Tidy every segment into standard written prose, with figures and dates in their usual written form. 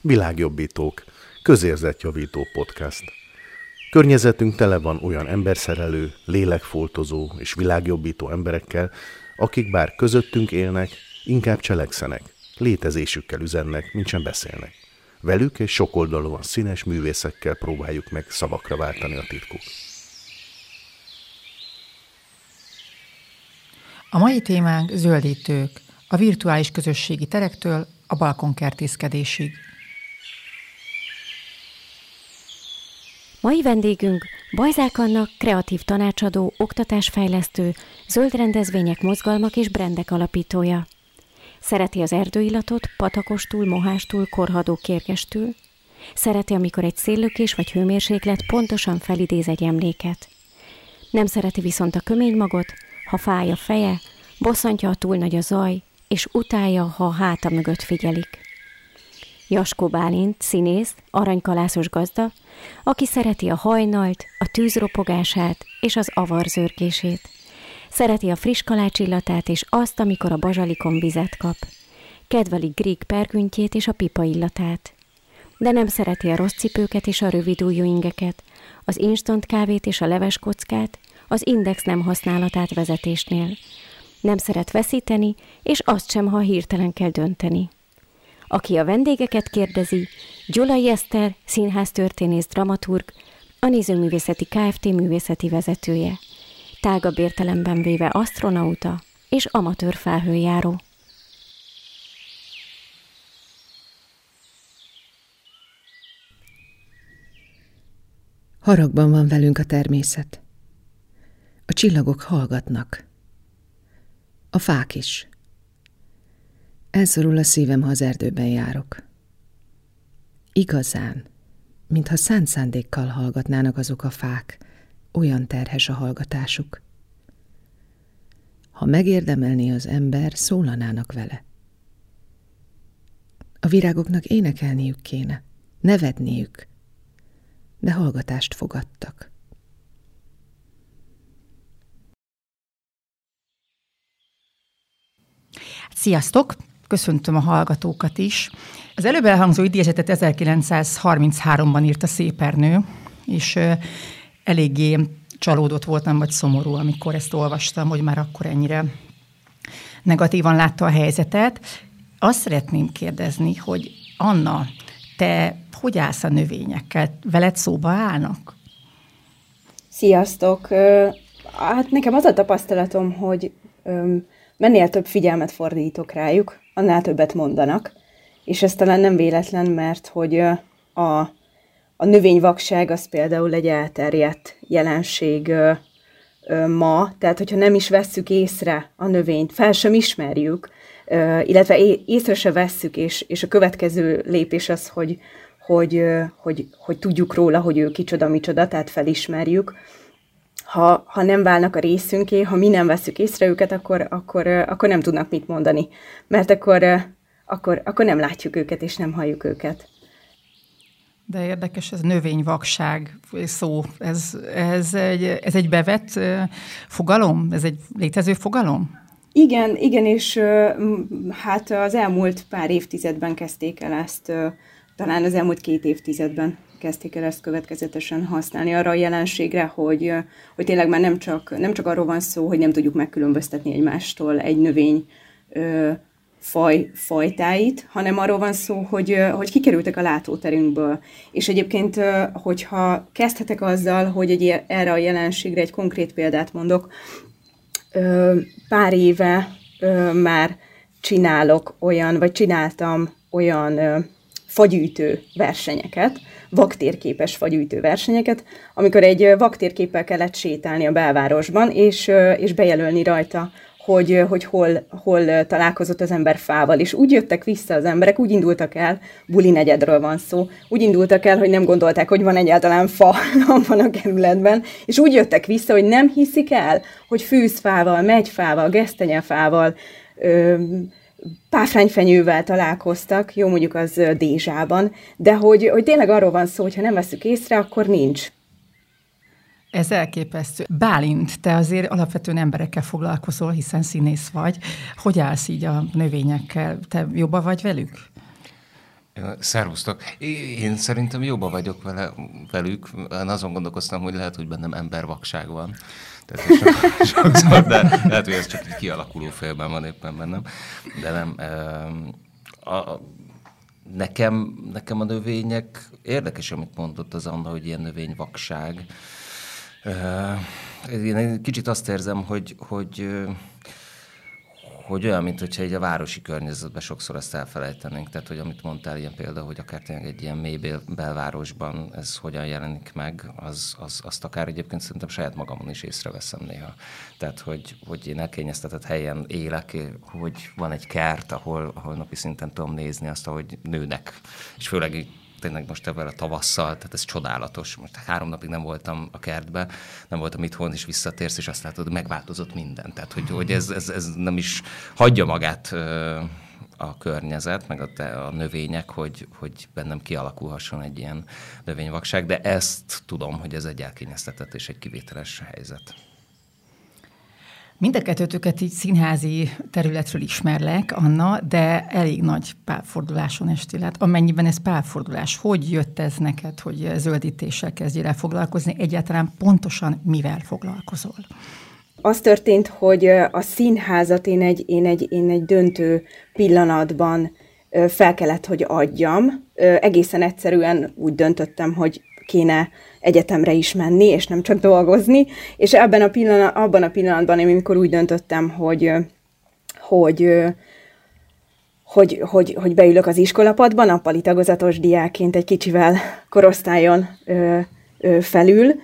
Világjobbítók, közérzetjavító podcast. Környezetünk tele van olyan emberszerelő, lélekfoltozó és világjobbító emberekkel, akik bár közöttünk élnek, inkább cselekszenek, létezésükkel üzennek, mintsem beszélnek. Velük és sokoldalúan színes művészekkel próbáljuk meg szavakra váltani a titkuk. A mai témánk zöldítők, a virtuális közösségi terektől a balkonkertészkedésig. Mai vendégünk Bajzák Anna, kreatív tanácsadó, oktatásfejlesztő, zöld rendezvények, mozgalmak és brandek alapítója. Szereti az erdőillatot, patakostól, mohástól, korhadó kérgestől. Szereti, amikor egy széllökés vagy hőmérséklet pontosan felidéz egy emléket. Nem szereti viszont a köménymagot, ha fáj a feje, bosszantja, ha túl nagy a zaj, és utálja, ha a háta mögött figyelik. Jaskó Bálint, színész, aranykalászos gazda, aki szereti a hajnalt, a tűz ropogását és az avar zörgését. Szereti a friss kalács illatát és azt, amikor a bazsalikon vizet kap. Kedveli Grieg pergüntjét és a pipa illatát. De nem szereti a rossz cipőket és a rövidujjú ingeket, az instant kávét és a leveskockát, az index nem használatát vezetésnél. Nem szeret veszíteni, és azt sem, ha hirtelen kell dönteni. Aki a vendégeket kérdezi, Gyulai Eszter, színháztörténész, dramaturg, a Nézőművészeti Kft. Művészeti vezetője. Tágabb értelemben véve asztronauta és amatőr felhőjáró. Haragban van velünk a természet. A csillagok hallgatnak. A fák is. Elszorul a szívem, ha az erdőben járok. Igazán, mintha szánt szándékkal hallgatnának azok a fák, olyan terhes a hallgatásuk. Ha megérdemelné az ember, szólanának vele. A virágoknak énekelniük kéne, nevetniük, de hallgatást fogadtak. Sziasztok! Köszöntöm a hallgatókat is. Az előbb elhangzó idézetet 1933-ban írta Szépernő, és eléggé csalódott voltam, vagy szomorú, amikor ezt olvastam, hogy már akkor ennyire negatívan látta a helyzetet. Azt szeretném kérdezni, hogy Anna, te hogy állsz a növényekkel? Veled szóba állnak? Sziasztok! Hát nekem az a tapasztalatom, hogy mennél több figyelmet fordítok rájuk, annál többet mondanak, és ez talán nem véletlen, mert hogy a növényvakság az például egy elterjedt jelenség ma, tehát hogyha nem is vesszük észre a növényt, fel sem ismerjük, illetve észre se vesszük, és a következő lépés az, hogy tudjuk róla, hogy ő kicsoda, micsoda, tehát felismerjük. Ha nem válnak a részünké, ha mi nem vesszük észre őket, akkor nem tudnak mit mondani, mert akkor nem látjuk őket, és nem halljuk őket. De érdekes, ez növényvakság szó, ez egy bevett fogalom? Ez egy létező fogalom? Igen, és hát az elmúlt pár évtizedben kezdték el ezt, talán az elmúlt 2 évtizedben kezdték el ezt következetesen használni arra a jelenségre, hogy tényleg már nem csak arról van szó, hogy nem tudjuk megkülönböztetni egymástól egy növény fajtáit, hanem arról van szó, hogy kikerültek a látóterünkből. És egyébként, hogyha kezdhetek azzal, hogy erre a jelenségre egy konkrét példát mondok, pár éve már csináltam olyan fagyűjtő versenyeket, vaktérképes fagyűjtő versenyeket, amikor egy vaktérképpel kellett sétálni a belvárosban, és bejelölni rajta, hogy hol találkozott az ember fával. És úgy jöttek vissza az emberek, úgy indultak el, Buli negyedről van szó, úgy indultak el, hogy nem gondolták, hogy van egyáltalán fa abban a kerületben, és úgy jöttek vissza, hogy nem hiszik el, hogy fűzfával, megyfával, gesztenyefával, páfrányfenyővel találkoztak, jó, mondjuk az Dézsában, de hogy tényleg arról van szó, hogy ha nem veszük észre, akkor nincs. Ez elképesztő. Bálint, te azért alapvetően emberekkel foglalkozol, hiszen színész vagy. Hogy állsz így a növényekkel? Te jobban vagy velük? Szervusztok! Én szerintem jobban vagyok velük. Én azon gondolkoztam, hogy lehet, hogy bennem embervakság van. Tehát sokszor, de lehet, hogy ez csak egy kialakuló félben van éppen bennem. De nem. Nekem a növények, érdekes, amit mondott az Anna, hogy ilyen növényvakság. Én egy kicsit azt érzem, hogy olyan, mint hogyha egy a városi környezetben sokszor ezt elfelejtenénk. Tehát, hogy amit mondtál, ilyen példa, hogy akár tényleg egy ilyen mély belvárosban ez hogyan jelenik meg, azt akár egyébként szerintem saját magamon is észreveszem néha. Tehát, hogy én elkényeztetett helyen élek, hogy van egy kert, ahol napi szinten tudom nézni azt, ahogy nőnek. És főleg tényleg most ebben a tavasszal, tehát ez csodálatos. Most 3 napig nem voltam a kertbe, nem voltam itthon, és visszatérsz, és azt látod, megváltozott minden. Tehát, hogy ez nem is hagyja magát a környezet, meg a növények, hogy bennem kialakulhasson egy ilyen növényvakság, de ezt tudom, hogy ez egy elkényeztetett és egy kivételes helyzet. Mind a kettőtöket így színházi területről ismerlek, Anna, de elég nagy pálforduláson estél át. Amennyiben ez pálfordulás, hogy jött ez neked, hogy zöldítéssel kezdjél el foglalkozni? Egyáltalán pontosan mivel foglalkozol? Az történt, hogy a színházat én egy döntő pillanatban fel kellett, hogy adjam. Egészen egyszerűen úgy döntöttem, hogy kéne egyetemre is menni, és nem csak dolgozni, és abban a pillanatban, amikor úgy döntöttem, hogy beülök az iskolapadban, nappali tagozatos diákként egy kicsivel korosztályon felül,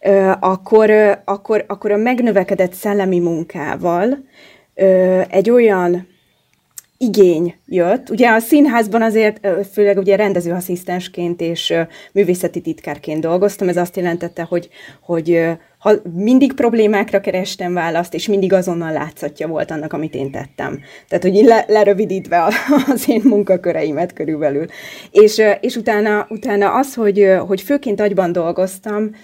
akkor a megnövekedett szellemi munkával egy olyan igény jött. Ugye a színházban azért, főleg ugye rendezőasszisztensként és művészeti titkárként dolgoztam, ez azt jelentette, hogy ha mindig problémákra kerestem választ, és mindig azonnal látszatja volt annak, amit én tettem. Tehát, hogy lerövidítve az én munkaköreimet körülbelül. És utána az, hogy főként agyban dolgoztam,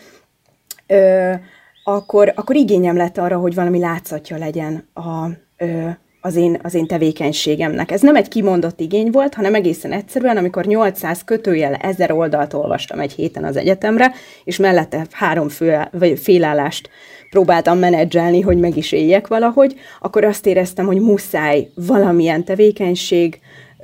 akkor igényem lett arra, hogy valami látszatja legyen az én tevékenységemnek. Ez nem egy kimondott igény volt, hanem egészen egyszerűen, amikor 800 1000 oldalt olvastam egy héten az egyetemre, és mellette 3 félállást próbáltam menedzselni, hogy meg is éljek valahogy, akkor azt éreztem, hogy muszáj valamilyen tevékenység,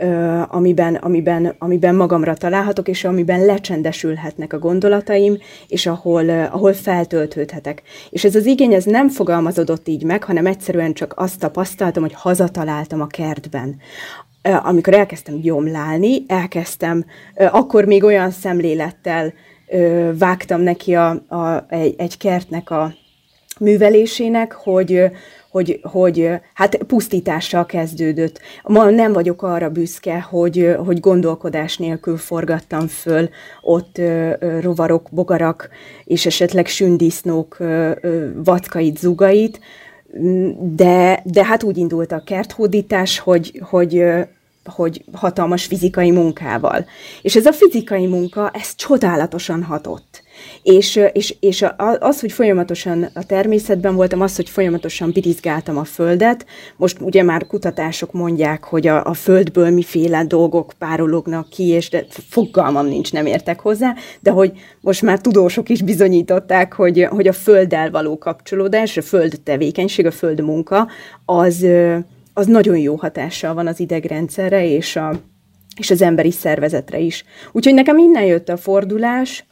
amiben magamra találhatok, és amiben lecsendesülhetnek a gondolataim, és ahol feltöltődhetek. És ez az igény, ez nem fogalmazódott így meg, hanem egyszerűen csak azt tapasztaltam, hogy hazataláltam a kertben. Amikor elkezdtem gyomlálni, akkor még olyan szemlélettel vágtam neki egy kertnek a művelésének, hogy hát pusztítással kezdődött. Ma nem vagyok arra büszke, hogy gondolkodás nélkül forgattam föl ott rovarok, bogarak, és esetleg sündisznók vackait, zugait, de hát úgy indult a kerthódítás, hogy hatalmas fizikai munkával. És ez a fizikai munka, ez csodálatosan hatott. És az, hogy folyamatosan a természetben voltam, az, hogy folyamatosan birizgáltam a földet, most ugye már kutatások mondják, hogy a földből miféle dolgok párolognak ki, és de fogalmam nincs, nem értek hozzá, de hogy most már tudósok is bizonyították, hogy a földdel való kapcsolódás, a föld tevékenység, a föld munka, az nagyon jó hatással van az idegrendszerre és az emberi szervezetre is. Úgyhogy nekem innen jött a fordulás,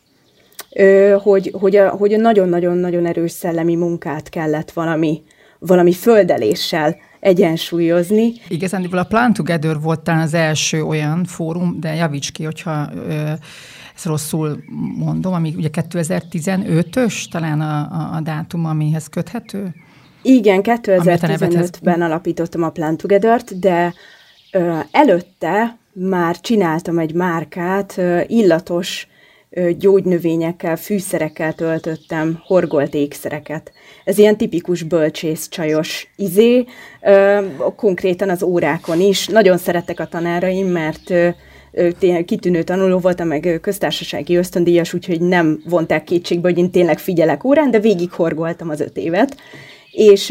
hogy nagyon-nagyon-nagyon erős szellemi munkát kellett valami földeléssel egyensúlyozni. Igazándiból a Plant Together volt talán az első olyan fórum, de javíts ki, hogyha ezt rosszul mondom, ami ugye 2015-ös talán a dátum, amihez köthető? Igen, 2015-ben alapítottam a Plant Together-t, de előtte már csináltam egy márkát, illatos gyógynövényekkel, fűszerekkel töltöttem horgolt ékszereket. Ez ilyen tipikus bölcsész csajos izé, konkrétan az órákon is. Nagyon szerettek a tanáraim, mert kitűnő tanuló voltam, meg köztársasági ösztöndíjas, úgyhogy nem vonták kétségbe, hogy én tényleg figyelek órán, de végig horgoltam az 5 évet. És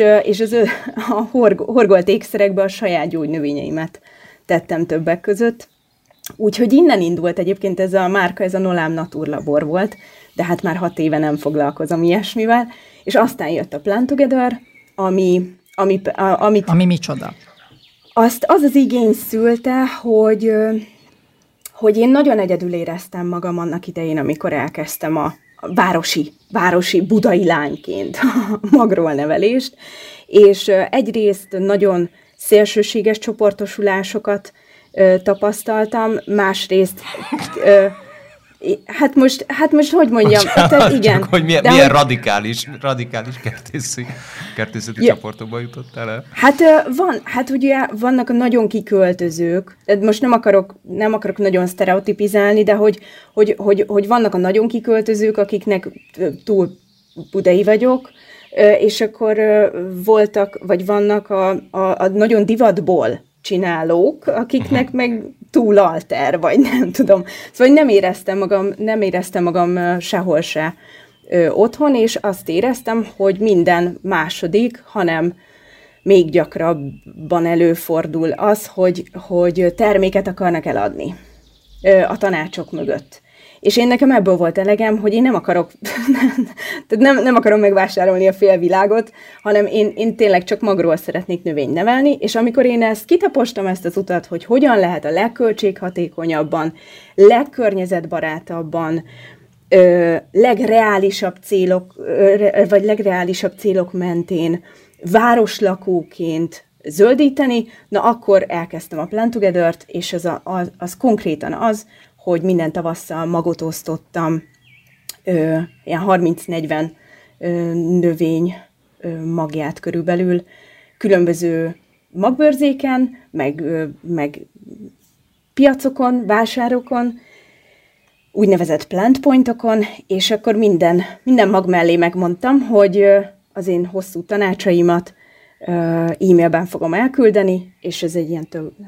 a horgolt ékszerekbe a saját gyógynövényeimet tettem többek között. Úgyhogy innen indult egyébként ez a márka, ez a Nolam Natur labor volt, de hát már 6 éve nem foglalkozom ilyesmivel, és aztán jött a Plant Together, ami micsoda? Az igény szülte, hogy én nagyon egyedül éreztem magam annak idején, amikor elkezdtem a városi budai lányként a magról-nevelést, és egyrészt nagyon szélsőséges csoportosulásosokat tapasztaltam, mmásrészt hát most hogy mondjam? Tehát, igen. Csak, hogy milyen radikális kertészeti csoportokba jutottál el? Hát ugye vannak a nagyon kiköltözők, most nem akarok nagyon sztereotipizálni, de hogy vannak a nagyon kiköltözők, akiknek túl budai vagyok, és akkor voltak, vagy vannak a nagyon divatból csinálók, akiknek meg túl alter, vagy nem tudom. Szóval nem éreztem magam sehol se otthon, és azt éreztem, hogy minden második, hanem még gyakrabban előfordul az, hogy terméket akarnak eladni a tanácsok mögött. És nekem ebből volt elegem, hogy én nem akarok, nem akarom megvásárolni a félvilágot, hanem én tényleg csak magról szeretnék növényt nevelni, és amikor én kitapostam ezt az utat, hogy hogyan lehet a legköltséghatékonyabban, legkörnyezetbarátabban, legreálisabb célok mentén városlakóként zöldíteni, na akkor elkezdtem a Plant Together-t, és az konkrétan az, hogy minden tavasszal magot osztottam, ilyen 30-40 növény magját körülbelül, különböző magbőrzéken, meg piacokon, vásárokon, úgynevezett plant pointokon, és akkor minden mag mellé megmondtam, hogy az én hosszú tanácsaimat e-mailben fogom elküldeni, és ez egy ilyen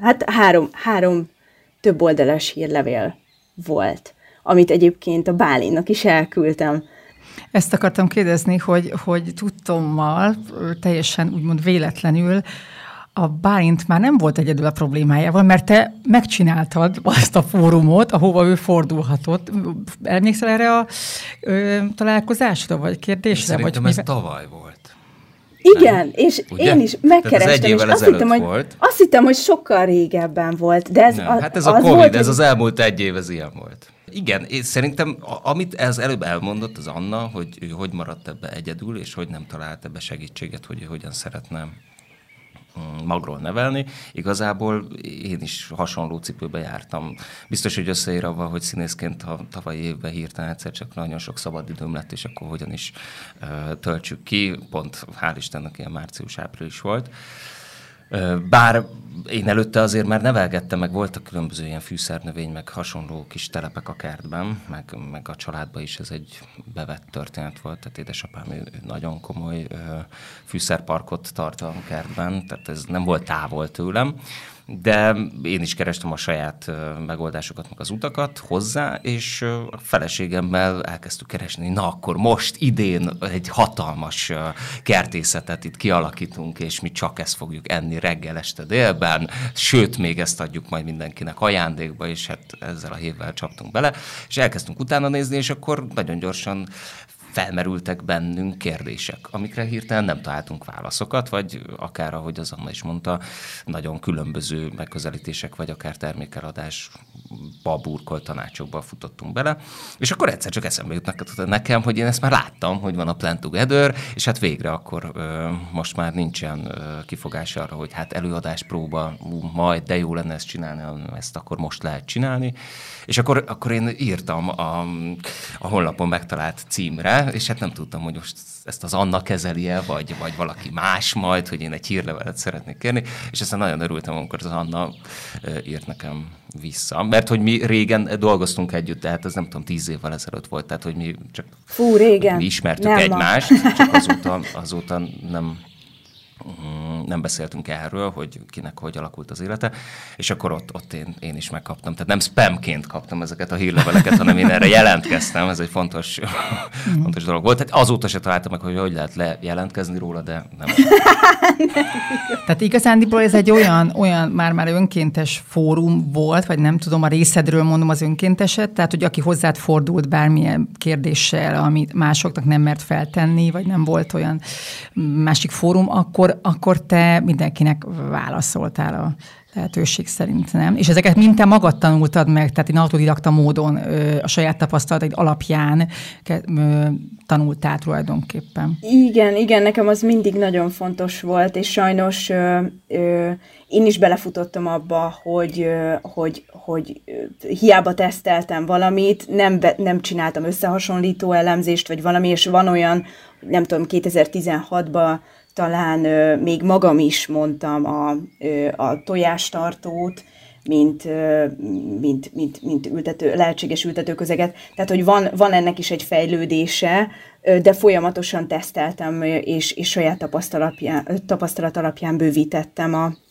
három több oldalas hírlevél volt, amit egyébként a Bálinnak is elküldtem. Ezt akartam kérdezni, hogy tudtommal, teljesen úgymond véletlenül, a Bálint már nem volt egyedül a problémájával, mert te megcsináltad azt a fórumot, ahova ő fordulhatott. Emlékszel erre a találkozásra, vagy kérdésre? Szerintem ez tavaly volt. Igen, és ugye? Én is megkerestem, és azt hittem, hogy sokkal régebben volt. De hát ez a Covid, volt, ez az elmúlt 1 év, ez ilyen volt. Igen, és szerintem, amit ez előbb elmondott az Anna, hogy ő hogy maradt ebbe egyedül, és hogy nem talált ebbe segítséget, hogy hogyan szeretne magról nevelni. Igazából én is hasonló cipőbe jártam. Biztos, hogy összeír avval, hogy színészként a tavalyi évben hirtelen egyszer csak nagyon sok szabadidőm lett, és akkor hogyan is töltsük ki. Pont hál' Istennek ilyen március-április volt. Bár én előtte azért már nevelgettem, meg voltak különböző ilyen fűszernövény, meg hasonló kis telepek a kertben, meg a családban is ez egy bevett történet volt, tehát édesapám ő nagyon komoly fűszerparkot tart a kertben, tehát ez nem volt távol tőlem, de én is kerestem a saját megoldásokat, meg az utakat hozzá, és a feleségemmel elkezdtük keresni, na akkor most idén egy hatalmas kertészetet itt kialakítunk, és mi csak ezt fogjuk enni reggel, este, délben, sőt, még ezt adjuk majd mindenkinek ajándékba, és hát ezzel a hévvel csaptunk bele, és elkezdtünk utána nézni, és akkor nagyon gyorsan felmerültek bennünk kérdések, amikre hirtelen nem találtunk válaszokat, vagy akár, ahogy az Anna is mondta, nagyon különböző megközelítések, vagy akár termékeladásba, burkolt tanácsokba futottunk bele, és akkor egyszer csak eszembe jutnak nekem, hogy én ezt már láttam, hogy van a Plant Together, és hát végre akkor most már nincsen kifogás arra, hogy hát előadás, próba, majd, de jó lenne ezt csinálni, ezt akkor most lehet csinálni, és akkor én írtam a honlapon megtalált címre, és hát nem tudtam, hogy most ezt az Anna kezeli-e, vagy valaki más majd, hogy én egy hírlevelet szeretnék kérni, és aztán nagyon örültem, amikor az Anna írt nekem vissza. Mert hogy mi régen dolgoztunk együtt, tehát ez nem tudom, 10 évvel ezelőtt volt, tehát hogy mi csak régen. Mi ismertük egymást, csak azóta nem beszéltünk erről, hogy kinek hogy alakult az élete, és akkor ott én is megkaptam. Tehát nem spamként kaptam ezeket a hírleveleket, hanem én erre jelentkeztem, ez egy fontos dolog volt. Tehát azóta se találtam meg, hogy lehet lejelentkezni róla, de nem. Tehát igazándiból ez egy olyan már önkéntes fórum volt, vagy nem tudom, a részedről mondom az önkénteset, tehát hogy aki hozzád fordult bármilyen kérdéssel, amit másoknak nem mert feltenni, vagy nem volt olyan másik fórum, akkor te mindenkinek válaszoltál a lehetőség szerint, nem? És ezeket mind te magad tanultad meg, tehát én autodidakta módon a saját tapasztalataid alapján tanultál tulajdonképpen. Igen, nekem az mindig nagyon fontos volt, és sajnos én is belefutottam abba, hogy hiába teszteltem valamit, nem csináltam összehasonlító elemzést, vagy valami, és van olyan, nem tudom, 2016-ban talán még magam is mondtam a tojástartót, mint lehetséges ültetőközeget. Tehát, hogy van ennek is egy fejlődése, de folyamatosan teszteltem, és saját tapasztalat alapján bővítettem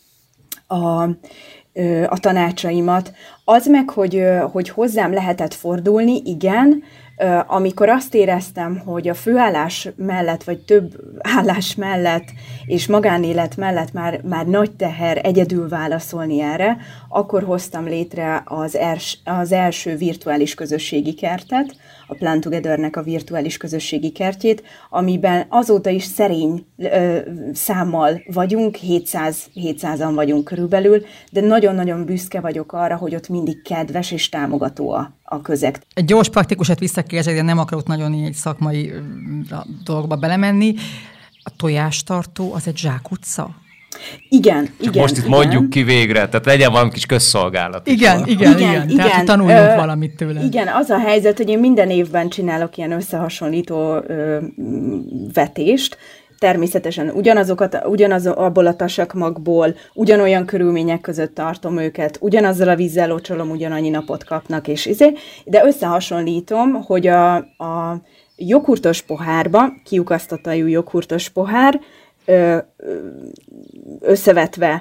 a tanácsaimat. Az meg, hogy hozzám lehetett fordulni, igen, amikor azt éreztem, hogy a főállás mellett, vagy több állás mellett, és magánélet mellett már nagy teher egyedül válaszolni erre, akkor hoztam létre az első virtuális közösségi kertet, a Plan Togethernek a virtuális közösségi kertjét, amiben azóta is szerény számmal vagyunk, 700-an vagyunk körülbelül, de nagyon-nagyon büszke vagyok arra, hogy ott mindig kedves és támogató a közeg. Egy gyors praktikusat visszakérdezek, de nem akarok nagyon így szakmai dolgokba belemenni. A tojástartó az egy zsákutca? Igen. Most itt mondjuk ki végre, tehát legyen valami kis közszolgálat. Igen. Tehát tanuljunk valamit tőle. Igen, az a helyzet, hogy én minden évben csinálok ilyen összehasonlító vetést, természetesen abból a tasakmagból, ugyanolyan körülmények között tartom őket, ugyanazzal a vízzel locsolom, ugyanannyi napot kapnak, de összehasonlítom, hogy a joghurtos pohárba, kiukasztott ajú joghurtos pohár, összevetve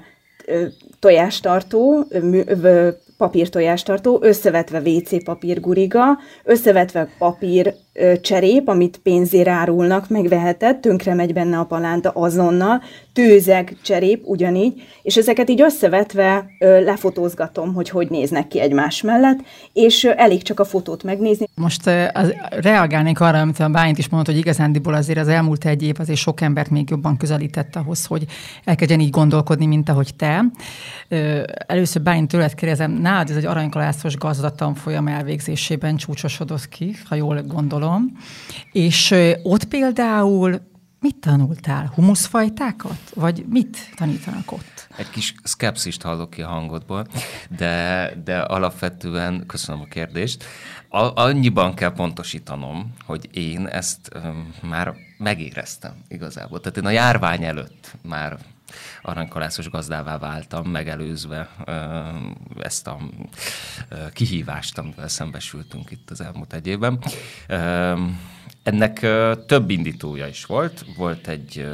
tojástartó, papírtojástartó, összevetve WC papírguriga, összevetve papír cserép, amit pénzért árulnak, megveheted, tönkre megy benne a palánta azonnal, tőzeg cserép ugyanígy, és ezeket így összevetve lefotózgatom, hogy néznek ki egymás mellett, és elég csak a fotót megnézni. Most reagálnék arra, amit a Bálint is mondott, hogy igazándiból azért az elmúlt egy év azért sok embert még jobban közelített ahhoz, hogy elkezdjen így gondolkodni, mint ahogy te. Először Bálint tőled kérdezem, nálad ez egy aranykalászos gazdatanfolyam elvégzésében csúcsosodott ki, ha jól gondolom, és ott például mit tanultál? Humuszfajtákat? Vagy mit tanítanak ott? Egy kis szkepszist hallok ki a hangodból, de alapvetően köszönöm a kérdést. Annyiban kell pontosítanom, hogy én ezt már megéreztem igazából. Tehát én a járvány előtt már aranykalászos gazdává váltam, megelőzve ezt a kihívást, amivel szembesültünk itt az elmúlt egy évben. Ennek több indítója is volt. Volt egy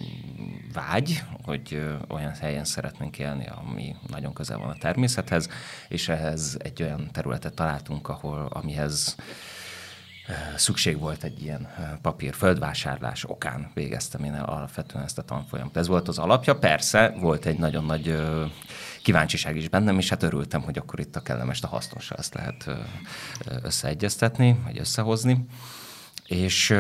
vágy, hogy olyan helyen szeretnénk élni, ami nagyon közel van a természethez, és ehhez egy olyan területet találtunk, amihez szükség volt egy ilyen papír földvásárlás okán végeztem én alapvetően ezt a tanfolyamot. Ez volt az alapja, persze volt egy nagyon nagy kíváncsiság is bennem, és hát örültem, hogy akkor itt a kellemest a hasznossal ezt lehet összeegyeztetni, vagy összehozni. És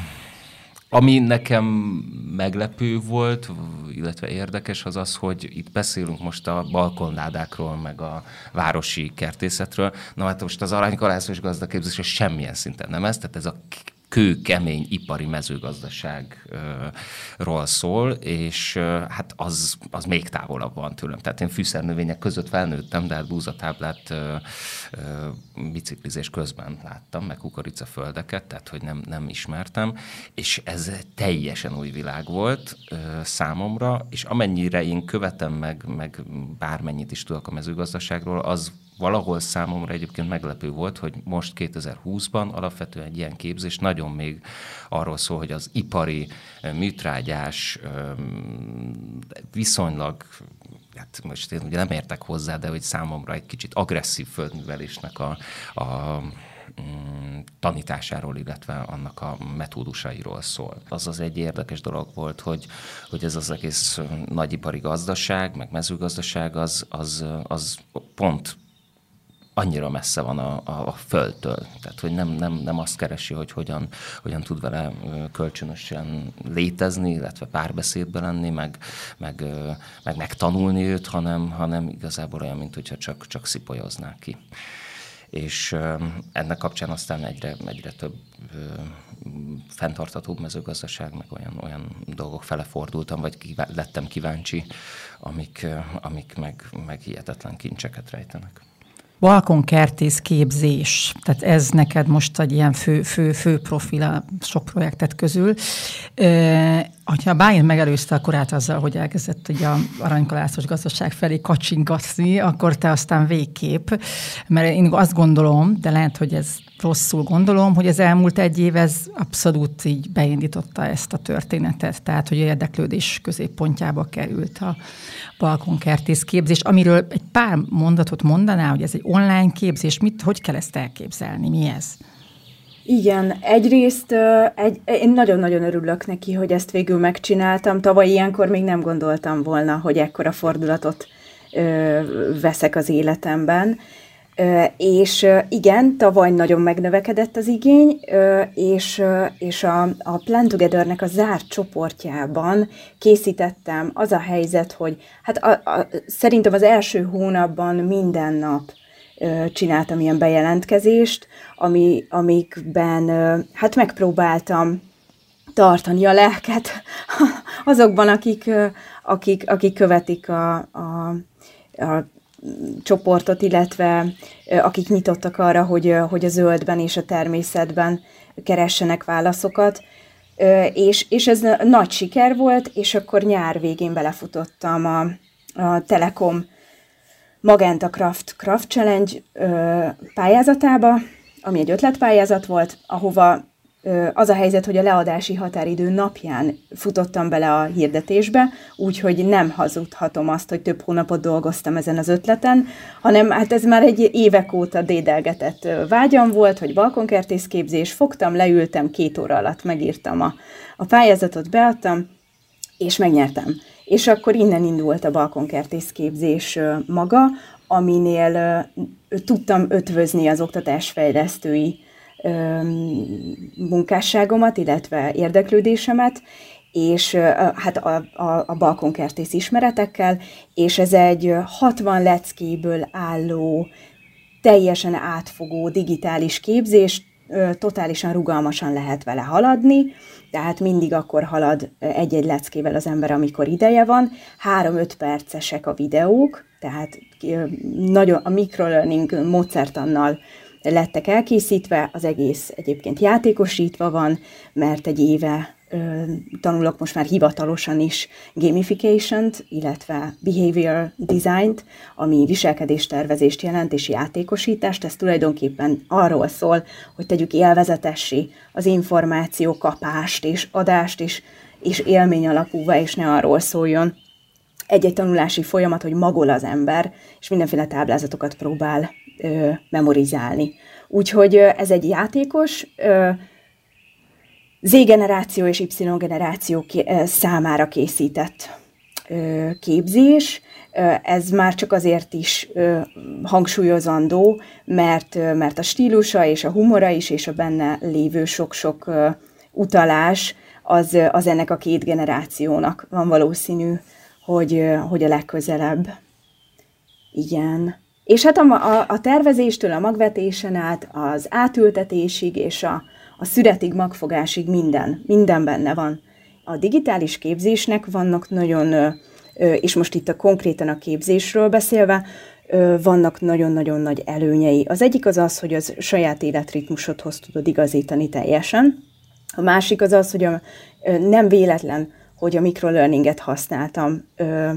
ami nekem meglepő volt, illetve érdekes az az, hogy itt beszélünk most a balkonládákról, meg a városi kertészetről. Na hát most az aranykalászos gazdaképzés semmilyen szinten nem ez, tehát ez a kőkemény ipari mezőgazdaságról szól, és hát az még távolabb van tőlem. Tehát én fűszernövények között felnőttem, de hát búzatáblát biciklizés közben láttam, meg kukoricaföldeket, tehát hogy nem ismertem, és ez teljesen új világ volt számomra, és amennyire én követem meg bármennyit is tudok a mezőgazdaságról, az valahol számomra egyébként meglepő volt, hogy most 2020-ban alapvetően egy ilyen képzés nagyon még arról szól, hogy az ipari, műtrágyás, viszonylag, hát most én ugye nem értek hozzá, de hogy számomra egy kicsit agresszív földművelésnek a tanításáról, illetve annak a metódusairól szól. Az egy érdekes dolog volt, hogy ez az egész nagyipari gazdaság, meg mezőgazdaság az pont annyira messze van a földtől. Tehát, hogy nem azt keresi, hogy hogyan tud vele kölcsönösen létezni, illetve párbeszédbe lenni, meg megtanulni őt, hanem igazából olyan, mint hogyha csak szipolyoznák ki. És ennek kapcsán aztán egyre több fenntarthatóbb mezőgazdaság, meg olyan dolgok fele fordultam, vagy lettem kíváncsi, amik meg hihetetlen kincseket rejtenek. Balkonkertész képzés, tehát ez neked most egy ilyen fő profil a sok projektet közül. Ha Bálint megelőzte a korát azzal, hogy elkezdett ugye a aranykalászos gazdaság felé kacsingatni, akkor te aztán végképp, mert én azt gondolom, de lehet, hogy ez rosszul gondolom, hogy az elmúlt egy év ez abszolút így beindította ezt a történetet, tehát hogy érdeklődés középpontjába került a balkonkertész képzés, amiről egy pár mondatot mondanál, hogy ez egy online képzés, hogy kell ezt elképzelni, mi ez? Igen, egyrészt én nagyon-nagyon örülök neki, hogy ezt végül megcsináltam. Tavaly ilyenkor még nem gondoltam volna, hogy ekkora fordulatot veszek az életemben. És igen, tavaly nagyon megnövekedett az igény, és a Plan Together-nek a zárt csoportjában készítettem. Az a helyzet, hogy hát szerintem az első hónapban minden nap csináltam ilyen bejelentkezést, amikben hát megpróbáltam tartani a lelket azokban, akik követik a csoportot, illetve akik nyitottak arra, hogy a zöldben és a természetben keressenek válaszokat. És ez nagy siker volt, és akkor nyár végén belefutottam a Telekom Magenta Craft Challenge pályázatába, ami egy ötletpályázat volt, ahova az a helyzet, hogy a leadási határidő napján futottam bele a hirdetésbe, úgyhogy nem hazudhatom azt, hogy több hónapot dolgoztam ezen az ötleten, hanem hát ez már egy évek óta dédelgetett vágyam volt, hogy balkonkertész képzés, fogtam, leültem, 2 óra alatt megírtam a pályázatot, beadtam, és megnyertem. És akkor innen indult a balkonkertész képzés maga, aminél tudtam ötvözni az oktatásfejlesztői munkásságomat, illetve érdeklődésemet, és hát a balkonkertész ismeretekkel, és ez egy 60 leckéből álló, teljesen átfogó digitális képzés, totálisan rugalmasan lehet vele haladni, tehát mindig akkor halad egy-egy leckével az ember, amikor ideje van. 3-5 percesek a videók, tehát nagyon a microlearning módszertannal lettek elkészítve, az egész egyébként játékosítva van, mert egy éve tanulok most már hivatalosan is gamification-t, illetve behavior design-t, ami viselkedéstervezést jelent és játékosítást. Ez tulajdonképpen arról szól, hogy tegyük élvezetessé az információ kapást és adást és élmény alapúvá, és ne arról szóljon egy-egy tanulási folyamat, hogy magol az ember, és mindenféle táblázatokat próbál memorizálni. Úgyhogy ez egy játékos, Z-generáció és Y-generáció számára készített képzés. Ez már csak azért is hangsúlyozandó, mert a stílusa és a humora is, és a benne lévő sok-sok utalás, az ennek a 2 generációnak van valószínű, hogy a legközelebb. Igen. És hát a tervezéstől a magvetésen át, az átültetésig és a szüretig, magfogásig minden benne van. A digitális képzésnek vannak nagyon, és most itt konkrétan a képzésről beszélve, vannak nagyon-nagyon nagy előnyei. Az egyik az, hogy az saját életritmusodhoz tudod igazítani teljesen. A másik az, hogy nem véletlen, hogy a microlearninget használtam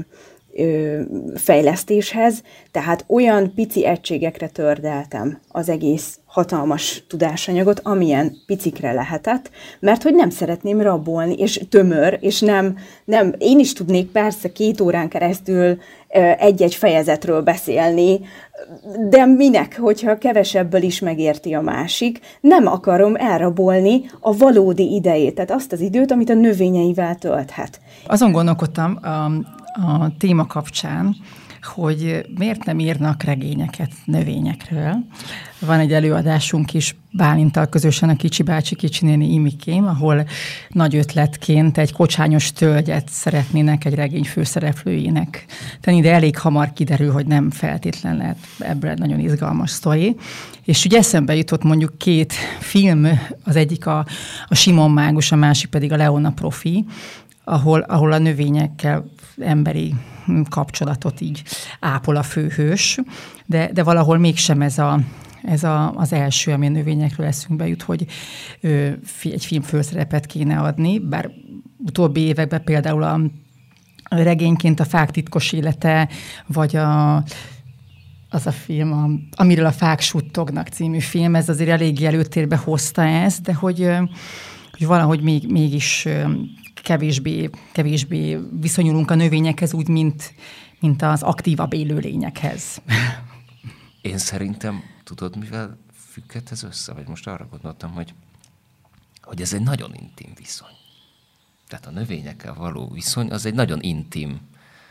fejlesztéshez, tehát olyan pici egységekre tördeltem az egész hatalmas tudásanyagot, amilyen picikre lehetett, mert hogy nem szeretném rabolni, és tömör, és nem én is tudnék persze 2 órán keresztül egy-egy fejezetről beszélni, de minek, hogyha kevesebből is megérti a másik, nem akarom elrabolni a valódi idejét, tehát azt az időt, amit a növényeivel tölthet. Azon gondolkodtam a téma kapcsán, hogy miért nem írnak regényeket növényekről. Van egy előadásunk is Bálinttal közösen, a Kicsi bácsi, Kicsi néni, Imikém, ahol nagy ötletként egy kocsányos tölgyet szeretnének egy regény főszereplőjének tenni, de elég hamar kiderül, hogy nem feltétlen lehet ebből egy nagyon izgalmas sztori. És ugye eszembe jutott mondjuk 2 film, az egyik a Simon Mágus, a másik pedig a Leona Profi, ahol a növényekkel emberi kapcsolatot így ápol a főhős, de valahol mégsem ez az első, ami a növényekről eszünkbe jut, hogy egy film főszerepet kéne adni, bár utóbbi években például a regényként a Fák titkos élete, vagy az a film, amiről a fák suttognak című film, ez azért eléggé előtérbe hozta ezt, de hogy valahogy mégis kevésbé viszonyulunk a növényekhez úgy, mint az aktívabb élőlényekhez. Én szerintem, tudod, mivel függhet ez össze? Vagy most arra gondoltam, hogy ez egy nagyon intim viszony. Tehát a növényekkel való viszony, az egy nagyon intim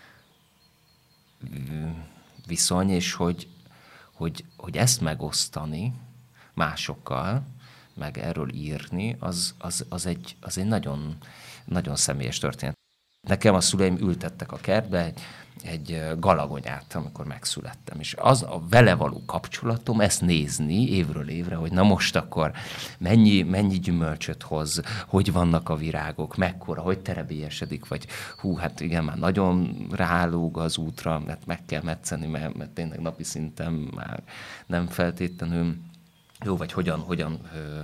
viszony, és hogy ezt megosztani másokkal, meg erről írni, az egy nagyon, nagyon személyes történet. Nekem a szüleim ültettek a kertbe egy galagonyát, amikor megszülettem, és az a vele való kapcsolatom, ezt nézni évről évre, hogy na most akkor mennyi gyümölcsöt hoz, hogy vannak a virágok, mekkora, hogy terebélyesedik, vagy hát igen, már nagyon rálóg az útra, mert meg kell metszeni, mert tényleg napi szinten már nem feltétlenül jó, vagy hogyan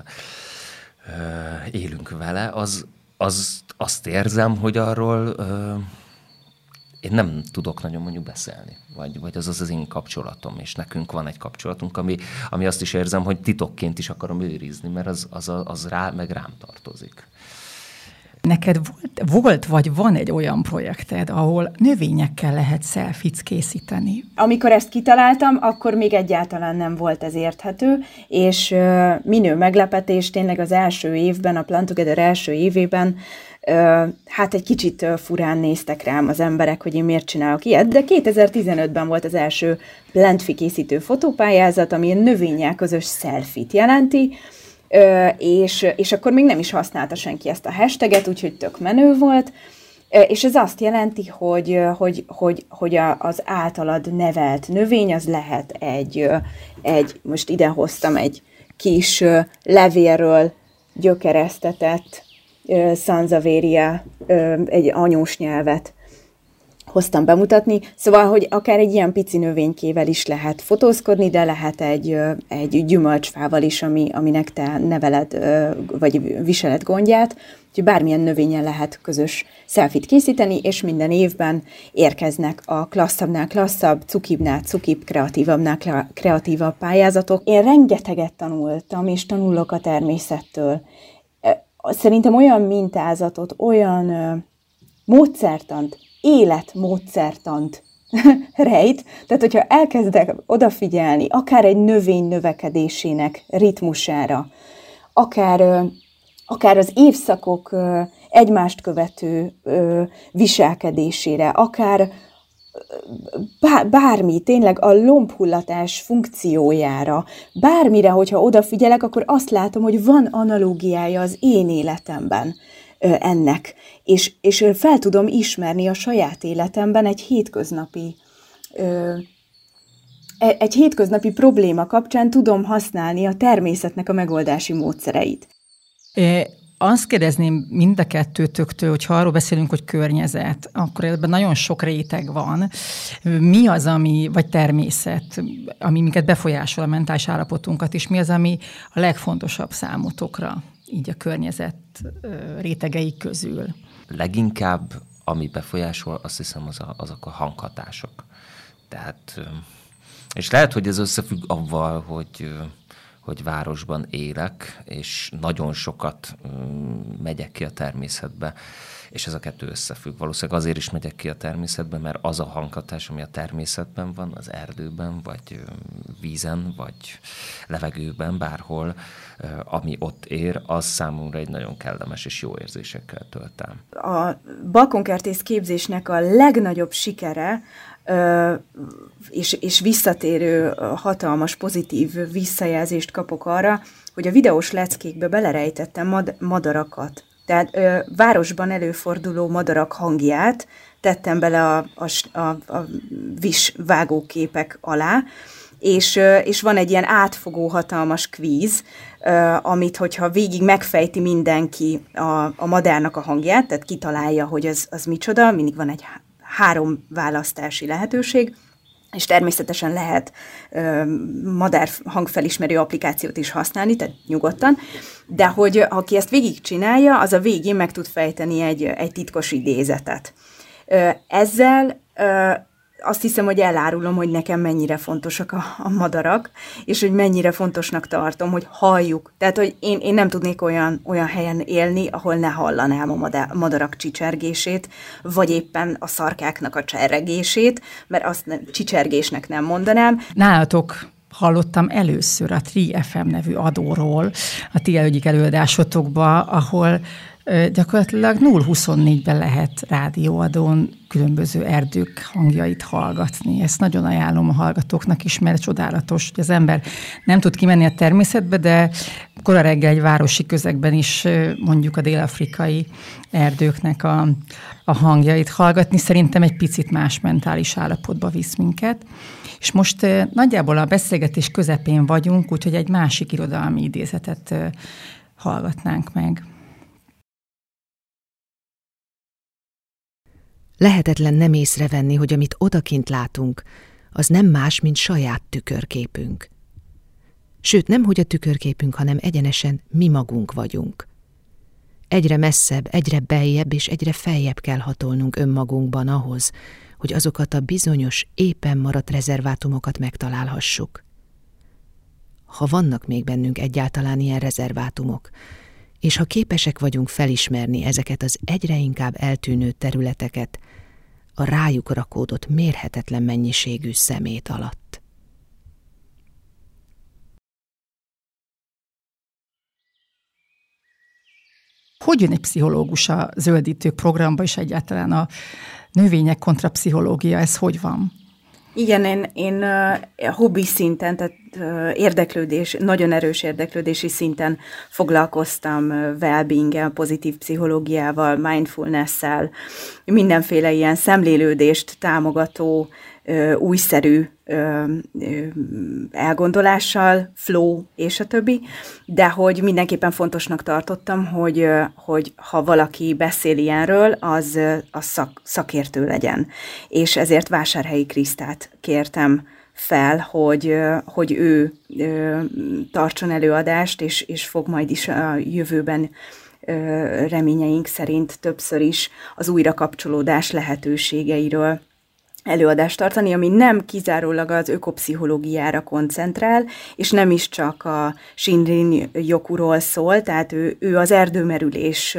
élünk vele, azt érzem, hogy arról én nem tudok nagyon mondjuk beszélni, vagy az az én kapcsolatom, és nekünk van egy kapcsolatunk, ami azt is érzem, hogy titokként is akarom őrizni, mert az meg rám tartozik. Neked volt vagy van egy olyan projekted, ahol növényekkel lehet selfit készíteni? Amikor ezt kitaláltam, akkor még egyáltalán nem volt ez érthető, és minő meglepetés, tényleg az első évben, a Plant Together első évében, hát egy kicsit furán néztek rám az emberek, hogy én miért csinálok ilyet, de 2015-ben volt az első Plantfi készítő fotópályázat, ami a növényel közös selfit jelenti, és akkor még nem is használta senki ezt a hashtaget, úgyhogy tök menő volt, és ez azt jelenti, hogy az általad nevelt növény, az lehet egy most ide hoztam egy kis levélről gyökeresztetett Sansevieria, egy anyós nyelvet hoztam bemutatni, szóval, hogy akár egy ilyen pici növénykével is lehet fotózkodni, de lehet egy gyümölcsfával is, aminek te neveled, vagy viseled gondját, úgyhogy bármilyen növényen lehet közös selfit készíteni, és minden évben érkeznek a klasszabbnál klasszabb, cukibbnál cukibb, kreatívabbnál kreatívabb pályázatok. Én rengeteget tanultam, és tanulok a természettől. Szerintem olyan mintázatot, olyan módszertant, életmódszertant rejt, tehát hogyha elkezdek odafigyelni, akár egy növény növekedésének ritmusára, akár az évszakok egymást követő viselkedésére, akár bármi, tényleg a lombhullatás funkciójára, bármire, hogyha odafigyelek, akkor azt látom, hogy van analógiája az én életemben ennek, és fel tudom ismerni a saját életemben egy hétköznapi probléma kapcsán tudom használni a természetnek a megoldási módszereit. Azt kérdezném mind a kettőtöktől, hogyha arról beszélünk, hogy környezet, akkor ebben nagyon sok réteg van. Mi az, vagy természet, ami minket befolyásol a mentális állapotunkat, és mi az, ami a legfontosabb számotokra, így a környezet rétegei közül? Leginkább ami befolyásol, azt hiszem azok a hanghatások. Tehát, és lehet, hogy ez összefügg avval, hogy városban élek, és nagyon sokat megyek ki a természetbe, és ez a kettő összefügg. Valószínűleg azért is megyek ki a természetbe, mert az a hanghatás, ami a természetben van, az erdőben, vagy vízen, vagy levegőben, bárhol, ami ott ér, az számomra egy nagyon kellemes és jó érzésekkel tölt el. A balkonkertész képzésnek a legnagyobb sikere, és visszatérő hatalmas pozitív visszajelzést kapok arra, hogy a videós leckékbe belerejtettem madarakat. Tehát városban előforduló madarak hangját tettem bele a vis vágóképek alá, és van egy ilyen átfogó hatalmas kvíz, amit, hogyha végig megfejti mindenki a madárnak a hangját, tehát kitalálja, hogy az micsoda, mindig van egy 3 választási lehetőség, és természetesen lehet madár hangfelismerő applikációt is használni, tehát nyugodtan, de hogy aki ezt végigcsinálja, az a végén meg tud fejteni egy titkos idézetet. Ezzel azt hiszem, hogy elárulom, hogy nekem mennyire fontosak a madarak, és hogy mennyire fontosnak tartom, hogy halljuk. Tehát, hogy én nem tudnék olyan helyen élni, ahol ne hallanám a madarak csicsergését, vagy éppen a szarkáknak a cserregését, mert azt csicsergésnek nem mondanám. Nálatok hallottam először a Tri FM nevű adóról, a ti egyik előadásotokba, ahol gyakorlatilag 0-24-ben lehet rádióadón különböző erdők hangjait hallgatni. Ezt nagyon ajánlom a hallgatóknak is, mert csodálatos, hogy az ember nem tud kimenni a természetbe, de kora reggel egy városi közegben is mondjuk a dél-afrikai erdőknek a hangjait hallgatni. Szerintem egy picit más mentális állapotba visz minket. És most nagyjából a beszélgetés közepén vagyunk, úgyhogy egy másik irodalmi idézetet hallgatnánk meg. Lehetetlen nem észrevenni, hogy amit odakint látunk, az nem más, mint saját tükörképünk. Sőt, nem hogy a tükörképünk, hanem egyenesen mi magunk vagyunk. Egyre messzebb, egyre beljebb és egyre feljebb kell hatolnunk önmagunkban ahhoz, hogy azokat a bizonyos, éppen maradt rezervátumokat megtalálhassuk. Ha vannak még bennünk egyáltalán ilyen rezervátumok, és ha képesek vagyunk felismerni ezeket az egyre inkább eltűnő területeket a rájuk rakódott mérhetetlen mennyiségű szemét alatt. Hogy jön egy pszichológus a zöldítők programba, és egyáltalán a növények kontra pszichológia, ez hogy van? Igen, én hobbi szinten, tehát nagyon erős érdeklődési szinten foglalkoztam well-being-el, pozitív pszichológiával, mindfulness-szel, mindenféle ilyen szemlélődést támogató, újszerű elgondolással, flow és a többi, de hogy mindenképpen fontosnak tartottam, hogy ha valaki beszél ilyenről, az szakértő legyen. És ezért Vásárhelyi Krisztát kértem fel, hogy ő tartson előadást, és fog majd is a jövőben reményeink szerint többször is az újrakapcsolódás lehetőségeiről előadást tartani, ami nem kizárólag az ökopszichológiára koncentrál, és nem is csak a Shinrin Yokuról szól, tehát ő az erdőmerülés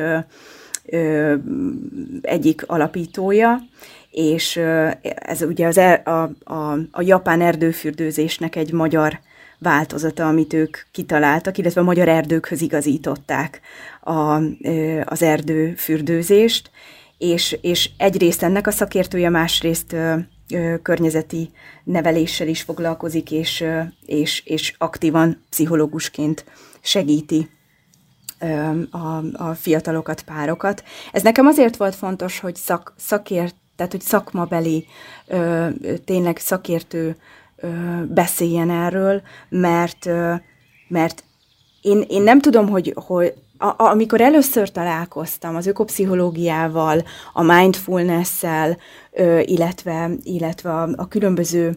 egyik alapítója, és ez ugye a japán erdőfürdőzésnek egy magyar változata, amit ők kitaláltak, illetve a magyar erdőkhöz igazították az erdőfürdőzést, és egyrészt ennek a szakértője, másrészt környezeti neveléssel is foglalkozik, és aktívan pszichológusként segíti a fiatalokat, párokat. Ez nekem azért volt fontos, hogy tehát hogy szakmabeli, tényleg szakértő beszéljen erről, mert én nem tudom, hogy amikor először találkoztam az ökopszichológiával, a mindfulness-szel, illetve a különböző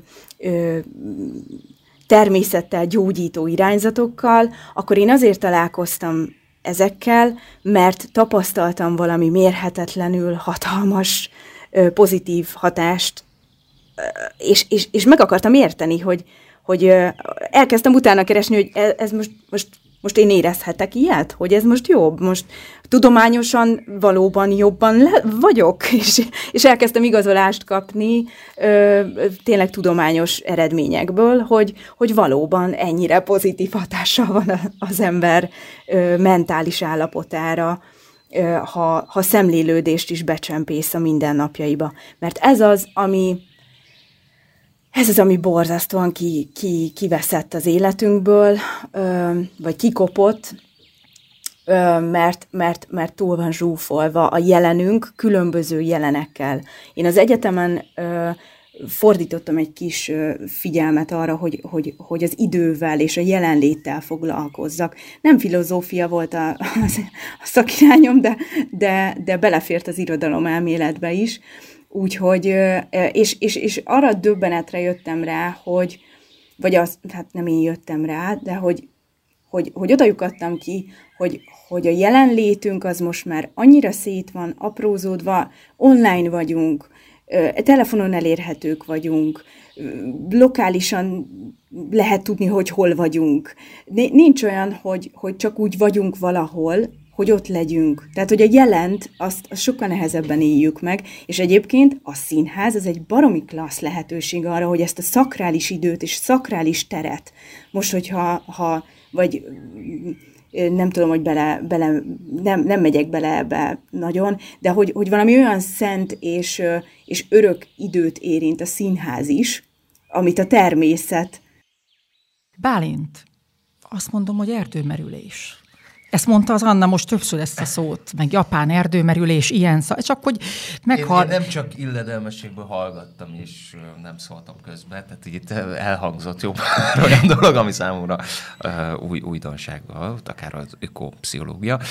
természettel gyógyító irányzatokkal, akkor én azért találkoztam ezekkel, mert tapasztaltam valami mérhetetlenül hatalmas, pozitív hatást, és meg akartam érteni, hogy elkezdtem utána keresni, hogy ez most én érezhetek ilyet, hogy ez most jobb, most tudományosan valóban jobban vagyok, és elkezdtem igazolást kapni tényleg tudományos eredményekből, hogy valóban ennyire pozitív hatással van az ember mentális állapotára, ha szemlélődést is becsempész a mindennapjaiba. Mert ez az, ami borzasztóan kiveszett az életünkből, vagy kikopott, mert túl van zsúfolva a jelenünk különböző jelenekkel. Én az egyetemen fordítottam egy kis figyelmet arra, hogy az idővel és a jelenléttel foglalkozzak. Nem filozófia volt a szakirányom, de belefért az irodalom elméletbe is. Úgyhogy, és arra döbbenetre jöttem rá, hát nem én jöttem rá, de hogy oda lyukadtam ki, hogy a jelenlétünk az most már annyira szét van, aprózódva, online vagyunk, telefonon elérhetők vagyunk, lokálisan lehet tudni, hogy hol vagyunk. Nincs olyan, hogy csak úgy vagyunk valahol, hogy ott legyünk. Tehát, hogy a jelent, azt sokkal nehezebben éljük meg, és egyébként a színház az egy baromi klassz lehetőség arra, hogy ezt a szakrális időt és szakrális teret, most, hogyha vagy nem tudom, hogy nem megyek bele ebbe nagyon, de hogy valami olyan szent és örök időt érint a színház is, amit a természet. Bálint, azt mondom, hogy erdőmerülés. Ezt mondta az Anna most többször ezt a szót, meg japán erdőmerülés, ilyen szó, csak hogy Én nem csak illedelmességből hallgattam, és nem szóltam közben, tehát itt elhangzott jobb olyan dolog, ami számomra újdonság volt, akár az ökopszichológia.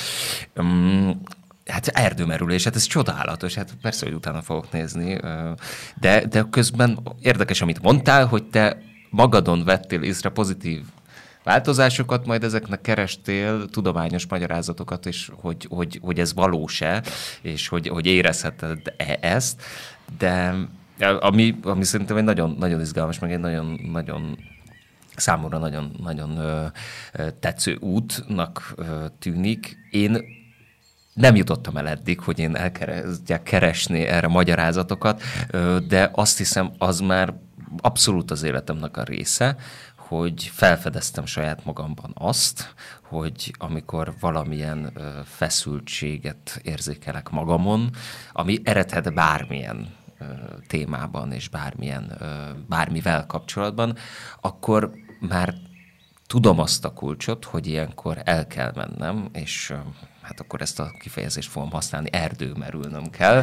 Hát erdőmerülés, hát ez csodálatos, hát persze, hogy utána fogok nézni, de közben érdekes, amit mondtál, hogy te magadon vettél észre pozitív változásokat, majd ezeknek kerestél tudományos magyarázatokat, és hogy ez valós-e, és hogy érezheted-e ezt, de ami szerintem egy nagyon, nagyon izgalmas, meg egy nagyon számomra nagyon tetsző útnak tűnik. Én nem jutottam el eddig, hogy én elkezdjek keresni erre magyarázatokat, de azt hiszem, az már abszolút az életemnek a része, hogy felfedeztem saját magamban azt, hogy amikor valamilyen feszültséget érzékelek magamon, ami eredhet bármilyen témában és bármivel kapcsolatban, akkor már tudom azt a kulcsot, hogy ilyenkor el kell mennem, és hát akkor ezt a kifejezést fogom használni, erdőmerülnöm kell,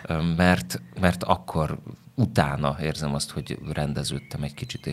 mert akkor utána érzem azt, hogy rendeződtem egy kicsit,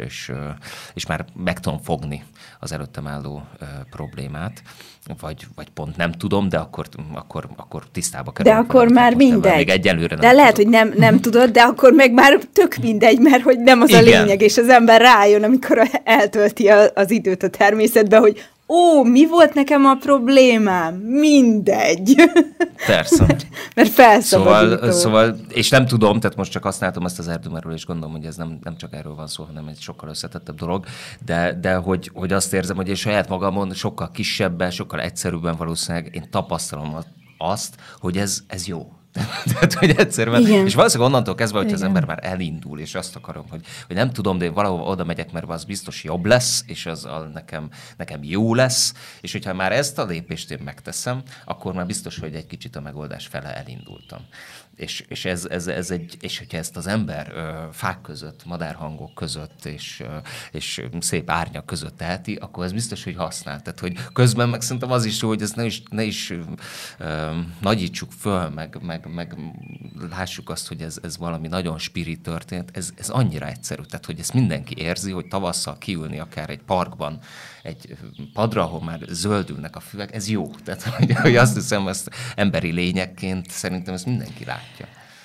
és már meg tudom fogni az előttem álló problémát, vagy pont nem tudom, de akkor tisztába kerülök. De akkor már mindegy. Még egyelőre nem de lehet, tudom. hogy nem tudod, de akkor meg már tök mindegy, mert hogy nem az a lényeg, és az ember rájön, amikor eltölti az időt a természetbe, hogy mi volt nekem a problémám? Mindegy. Persze. Mert felszabadító. Szóval, és nem tudom, tehát most csak használtam ezt az erdőmerülést, gondolom, hogy ez nem csak erről van szó, hanem egy sokkal összetettebb dolog, de hogy azt érzem, hogy én saját magamon sokkal kisebben, sokkal egyszerűbben valószínűleg én tapasztalom azt, hogy ez jó. Tehát, hogy egyszerűen, és valószínűleg onnantól kezdve, hogy az ember már elindul, és azt akarom, hogy nem tudom, de valahova oda megyek, mert az biztos jobb lesz, és az nekem jó lesz, és hogyha már ezt a lépést én megteszem, akkor már biztos, hogy egy kicsit a megoldás fele elindultam. És ez és hogyha ezt az ember fák között, madárhangok között, és szép árnyak között teheti, akkor ez biztos, hogy használ. Tehát, hogy közben meg szerintem az is jó, hogy ezt ne is nagyítsuk föl, meg lássuk azt, hogy ez valami nagyon spirit történet. Ez annyira egyszerű. Tehát, hogy ezt mindenki érzi, hogy tavasszal kiülni akár egy parkban, egy padra, ahol már zöldülnek a füvek, ez jó. Tehát, hogy azt hiszem, ezt emberi lényekként szerintem ezt mindenki látja.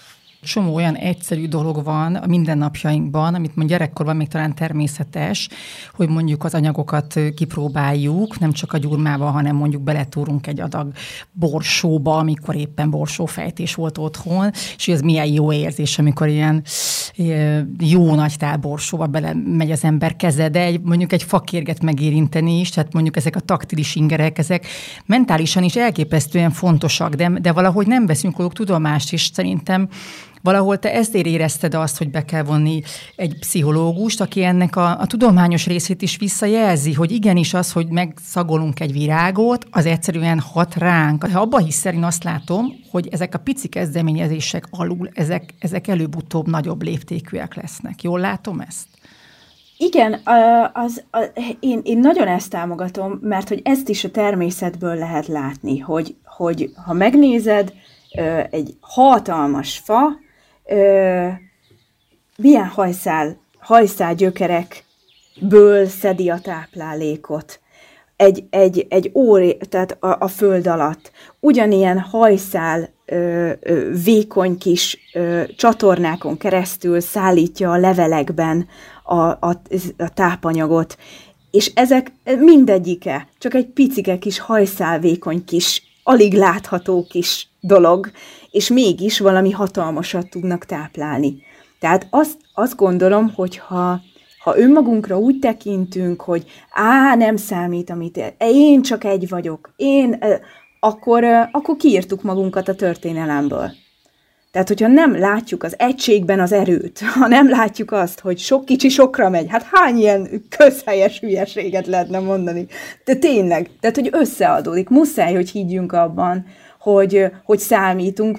Csomó olyan egyszerű dolog van a mindennapjainkban, amit mondjuk gyerekkorban még talán természetes, hogy mondjuk az anyagokat kipróbáljuk, nem csak a gyurmában, hanem mondjuk beletúrunk egy adag borsóba, amikor éppen borsófejtés volt otthon, és ez milyen jó érzés, amikor ilyen jó nagy tál borsóba belemegy az ember keze, de mondjuk egy fakérget megérinteni is, tehát mondjuk ezek a taktilis ingerek, ezek mentálisan is elképesztően fontosak, de valahogy nem veszünk róluk tudomást, és szerintem valahol te ezért érezted azt, hogy be kell vonni egy pszichológust, aki ennek a tudományos részét is visszajelzi, hogy igenis az, hogy megszagolunk egy virágot, az egyszerűen hat ránk. Ha abba hiszel, én azt látom, hogy ezek a pici kezdeményezések alul, ezek előbb-utóbb nagyobb léptékűek lesznek. Jól látom ezt? Igen, én nagyon ezt támogatom, mert hogy ezt is a természetből lehet látni, hogy ha megnézed, egy hatalmas fa, milyen hajszál gyökerekből szedi a táplálékot. Egy tehát a föld alatt. Ugyanilyen hajszál vékony kis csatornákon keresztül szállítja a levelekben a tápanyagot. És ezek mindegyike csak egy picike kis hajszál vékony kis, alig látható kis dolog, és mégis valami hatalmasat tudnak táplálni. Tehát azt gondolom, hogy ha önmagunkra úgy tekintünk, hogy nem számít, amit én csak egy vagyok, akkor kiírtuk magunkat a történelemből. Tehát, hogyha nem látjuk az egységben az erőt, ha nem látjuk azt, hogy sok kicsi sokra megy, hát hány ilyen közhelyes hülyeséget lehetne mondani. De tényleg, tehát, hogy összeadódik. Muszáj, hogy higgyünk abban, hogy számítunk.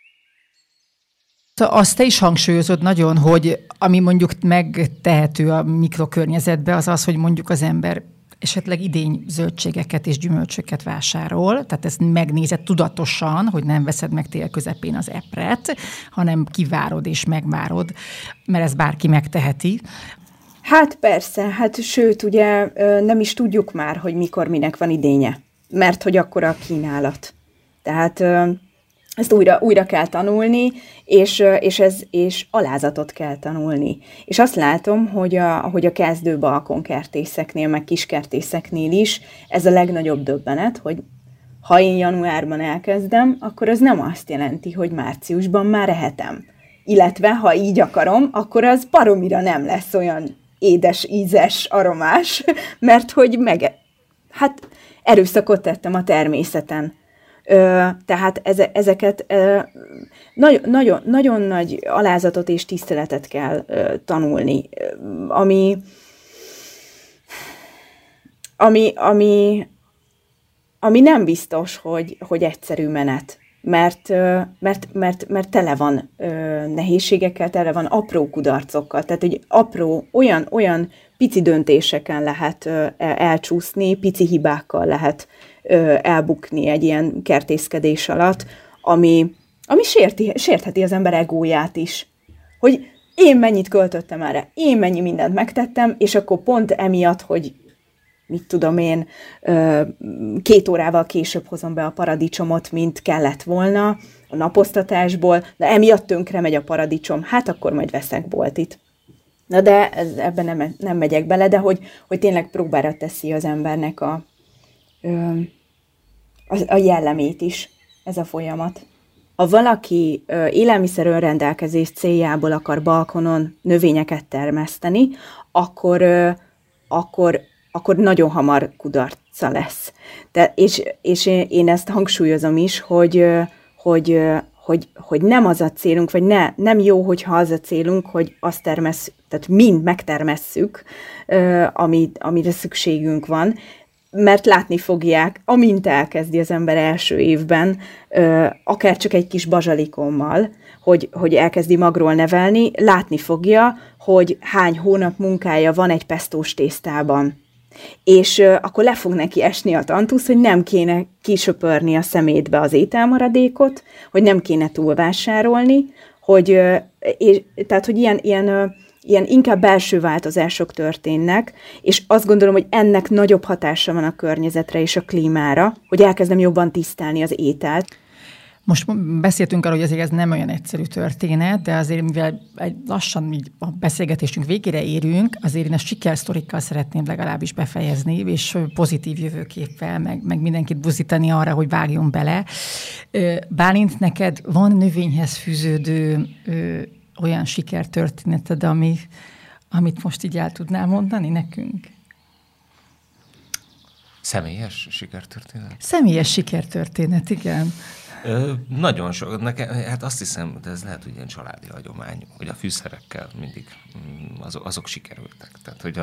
Azt te is hangsúlyozod nagyon, hogy ami mondjuk megtehető a mikrokörnyezetbe, az, hogy mondjuk az ember esetleg idény zöldségeket és gyümölcsöket vásárol, tehát ezt megnézed tudatosan, hogy nem veszed meg tél közepén az epret, hanem kivárod és megvárod, mert ezt bárki megteheti. Hát persze, sőt, ugye nem is tudjuk már, hogy mikor minek van idénye, mert hogy akkora a kínálat. Tehát ezt újra kell tanulni, és alázatot kell tanulni. És azt látom, hogy a kezdő balkonkertészeknél, meg kiskertészeknél is ez a legnagyobb döbbenet, hogy ha én januárban elkezdem, akkor az nem azt jelenti, hogy márciusban már ehetem. Illetve, ha így akarom, akkor az baromira nem lesz olyan édes, ízes, aromás, mert hogy erőszakot tettem a természeten. Tehát ezeket nagyon nagy alázatot és tiszteletet kell tanulni, ami nem biztos, hogy egyszerű menet, mert tele van nehézségekkel, tele van apró kudarcokkal, tehát egy apró, olyan pici döntéseken lehet elcsúszni, pici hibákkal lehet elbukni egy ilyen kertészkedés alatt, ami sértheti az ember egóját is. Hogy én mennyit költöttem erre, én mennyi mindent megtettem, és akkor pont emiatt, hogy mit tudom én, 2 órával később hozom be a paradicsomot, mint kellett volna a naposztatásból, de emiatt tönkre megy a paradicsom, hát akkor majd veszek boltit. Na de ebben nem megyek bele, de hogy tényleg próbára teszi az embernek a jellemét is ez a folyamat. Ha valaki élelmiszer önrendelkezés céljából akar balkonon növényeket termeszteni, akkor nagyon hamar kudarca lesz. És én ezt hangsúlyozom is, hogy nem az a célunk, vagy nem jó, hogyha az a célunk, hogy azt tehát mind megtermesszük, amire szükségünk van, mert látni fogják, amint elkezdi az ember első évben, akár csak egy kis bazsalikommal, hogy elkezdi magról nevelni, látni fogja, hogy hány hónap munkája van egy pesztós tésztában. És akkor le fog neki esni a tantusz, hogy nem kéne kisöpörni a szemétbe az ételmaradékot, hogy nem kéne túlvásárolni, tehát, hogy ilyen inkább belső változások történnek, és azt gondolom, hogy ennek nagyobb hatása van a környezetre és a klímára, hogy elkezdem jobban tisztelni az ételt. Most beszéltünk arról, hogy azért ez nem olyan egyszerű történet, de azért mivel lassan így a beszélgetésünk végére érünk, azért én a sikersztorikkal szeretném legalábbis befejezni, és pozitív jövőképpel, meg mindenkit buzdítani arra, hogy vágjon bele. Bálint, neked van növényhez fűződő olyan sikertörténeted, amit most így el tudnál mondani nekünk? Személyes sikertörténet? Személyes sikertörténet, igen. Nagyon sok. Hát azt hiszem, de ez lehet, hogy ilyen családi hagyomány, hogy a fűszerekkel mindig azok sikerültek. Tehát, hogy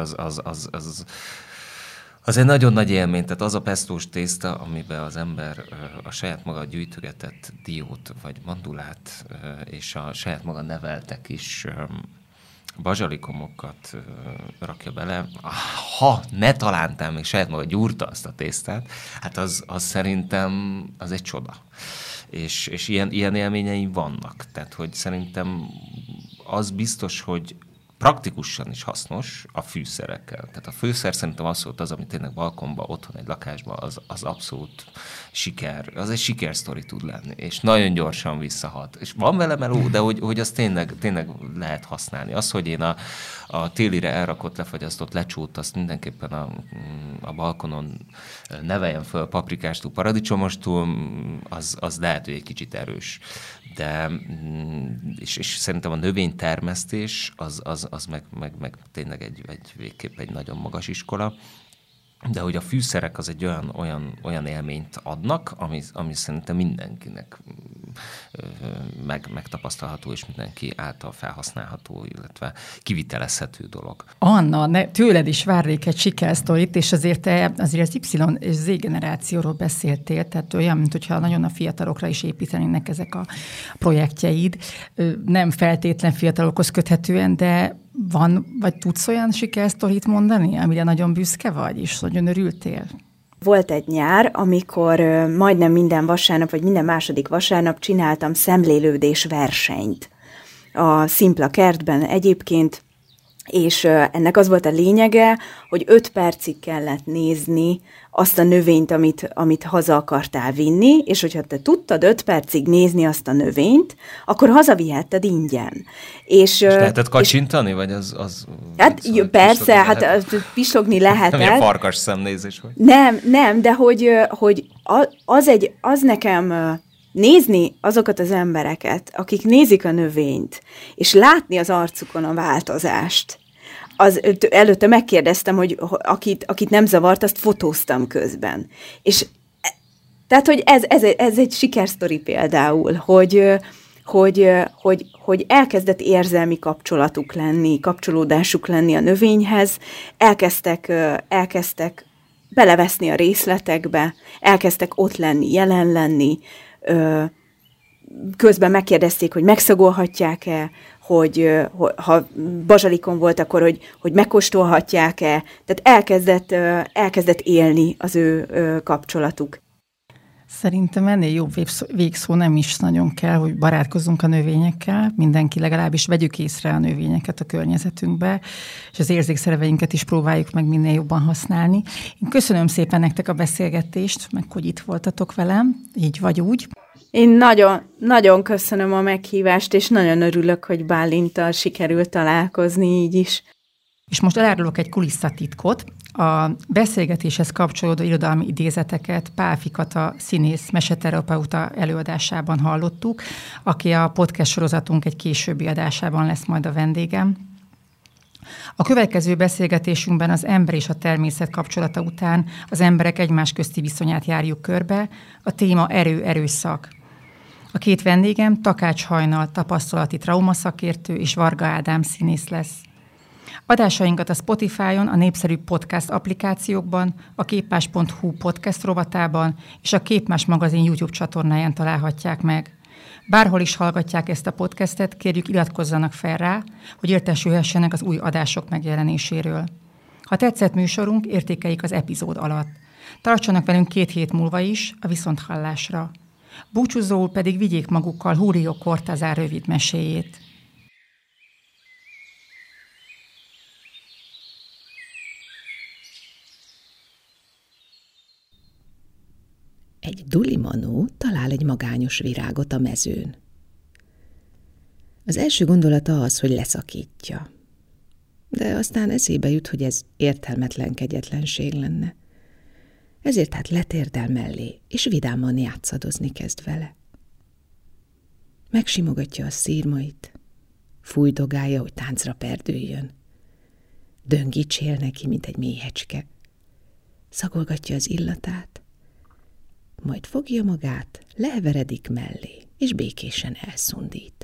az egy nagyon nagy élmény, tehát az a pesztós tészta, amiben az ember a saját maga gyűjtögetett diót vagy mandulát és a saját maga neveltek is bazsalikomokat rakja bele, ha ne talántán még saját maga gyúrta azt a tésztát, hát az szerintem az egy csoda. És ilyen élményeim vannak. Tehát, hogy szerintem az biztos, hogy praktikusan is hasznos a fűszerekkel. Tehát a fűszer szerintem az volt az, ami tényleg balkonban, otthon egy lakásban, az abszolút siker. Az egy sikersztori tud lenni, és nagyon gyorsan visszahat. És van vele meló, de hogy az tényleg lehet használni. Az, hogy én a télire elrakott, lefagyasztott lecsót, azt mindenképpen a balkonon neveljem föl paprikástól, paradicsomostól, az lehet, hogy egy kicsit erős. De, és szerintem a növénytermesztés az meg tényleg végképp egy nagyon magas iskola, de hogy a fűszerek az egy olyan élményt adnak, ami szerintem mindenkinek megtapasztalható, és mindenki által felhasználható, illetve kivitelezhető dolog. Anna, tőled is várnék egy sikersztorit, és azért te az Y és Z generációról beszéltél, tehát olyan, mint hogyha nagyon a fiatalokra is építenének ezek a projektjeid. Nem feltétlen fiatalokhoz köthetően, de van, vagy tudsz olyan sikersztorit mondani, amire nagyon büszke vagy, és nagyon örültél? Volt egy nyár, amikor majdnem minden vasárnap, vagy minden második vasárnap csináltam szemlélődés versenyt a Szimpla kertben egyébként, és ennek az volt a lényege, hogy 5 percig kellett nézni azt a növényt, amit haza akartál vinni, és hogyha te tudtad 5 percig nézni azt a növényt, akkor hazavihetted ingyen. És lehetett kacsintani, vagy az hát jó, persze, hát pislogni lehetett. Milyen farkas szemnézés volt? Nem, de hogy az nekem nézni azokat az embereket, akik nézik a növényt, és látni az arcukon a változást. Előtte megkérdeztem, hogy akit nem zavart, azt fotóztam közben. És tehát, hogy ez egy sikersztori például, hogy elkezdett érzelmi kapcsolódásuk lenni a növényhez, elkezdtek beleveszni a részletekbe, elkezdtek ott lenni, jelen lenni, közben megkérdezték, hogy megszagolhatják-e, hogy ha bazsalikon volt, akkor hogy megkóstolhatják-e. Tehát elkezdett élni az ő kapcsolatuk. Szerintem ennél jobb végszó nem is nagyon kell, hogy barátkozzunk a növényekkel, mindenki legalábbis vegyük észre a növényeket a környezetünkbe, és az érzékszerveinket is próbáljuk meg minél jobban használni. Én köszönöm szépen nektek a beszélgetést, meg hogy itt voltatok velem, így vagy úgy. Én nagyon, nagyon köszönöm a meghívást, és nagyon örülök, hogy Bálinttal sikerült találkozni így is. És most elárulok egy kulisszatitkot. A beszélgetéshez kapcsolódó irodalmi idézeteket Pál Fikata színész, meseterapeuta előadásában hallottuk, aki a podcast sorozatunk egy későbbi adásában lesz majd a vendégem. A következő beszélgetésünkben az ember és a természet kapcsolata után az emberek egymás közti viszonyát járjuk körbe, a téma erőszak. A 2 vendégem Takács Hajnal tapasztalati traumaszakértő és Varga Ádám színész lesz. Adásainkat a Spotify-on, a népszerű podcast applikációkban, a képmás.hu podcast rovatában és a Képmás magazin YouTube csatornáján találhatják meg. Bárhol is hallgatják ezt a podcastet, kérjük iratkozzanak fel rá, hogy értesülhessenek az új adások megjelenéséről. Ha tetszett műsorunk, értékeljék az epizód alatt. Tartsanak velünk 2 hét múlva is, a viszonthallásra. Búcsúzóul pedig vigyék magukkal Julio Cortázar rövid meséjét. Egy dulimanó talál egy magányos virágot a mezőn. Az első gondolata az, hogy leszakítja. De aztán eszébe jut, hogy ez értelmetlen kegyetlenség lenne. Ezért hát letérdel mellé, és vidáman játszadozni kezd vele. Megsimogatja a szírmait, fújdogálja, hogy táncra perdüljön. Döngicsél neki, mint egy méhecske. Szagolgatja az illatát, majd fogja magát, leheveredik mellé, és békésen elszundít.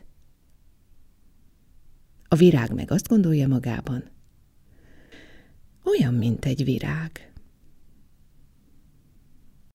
A virág meg azt gondolja magában, olyan, mint egy virág.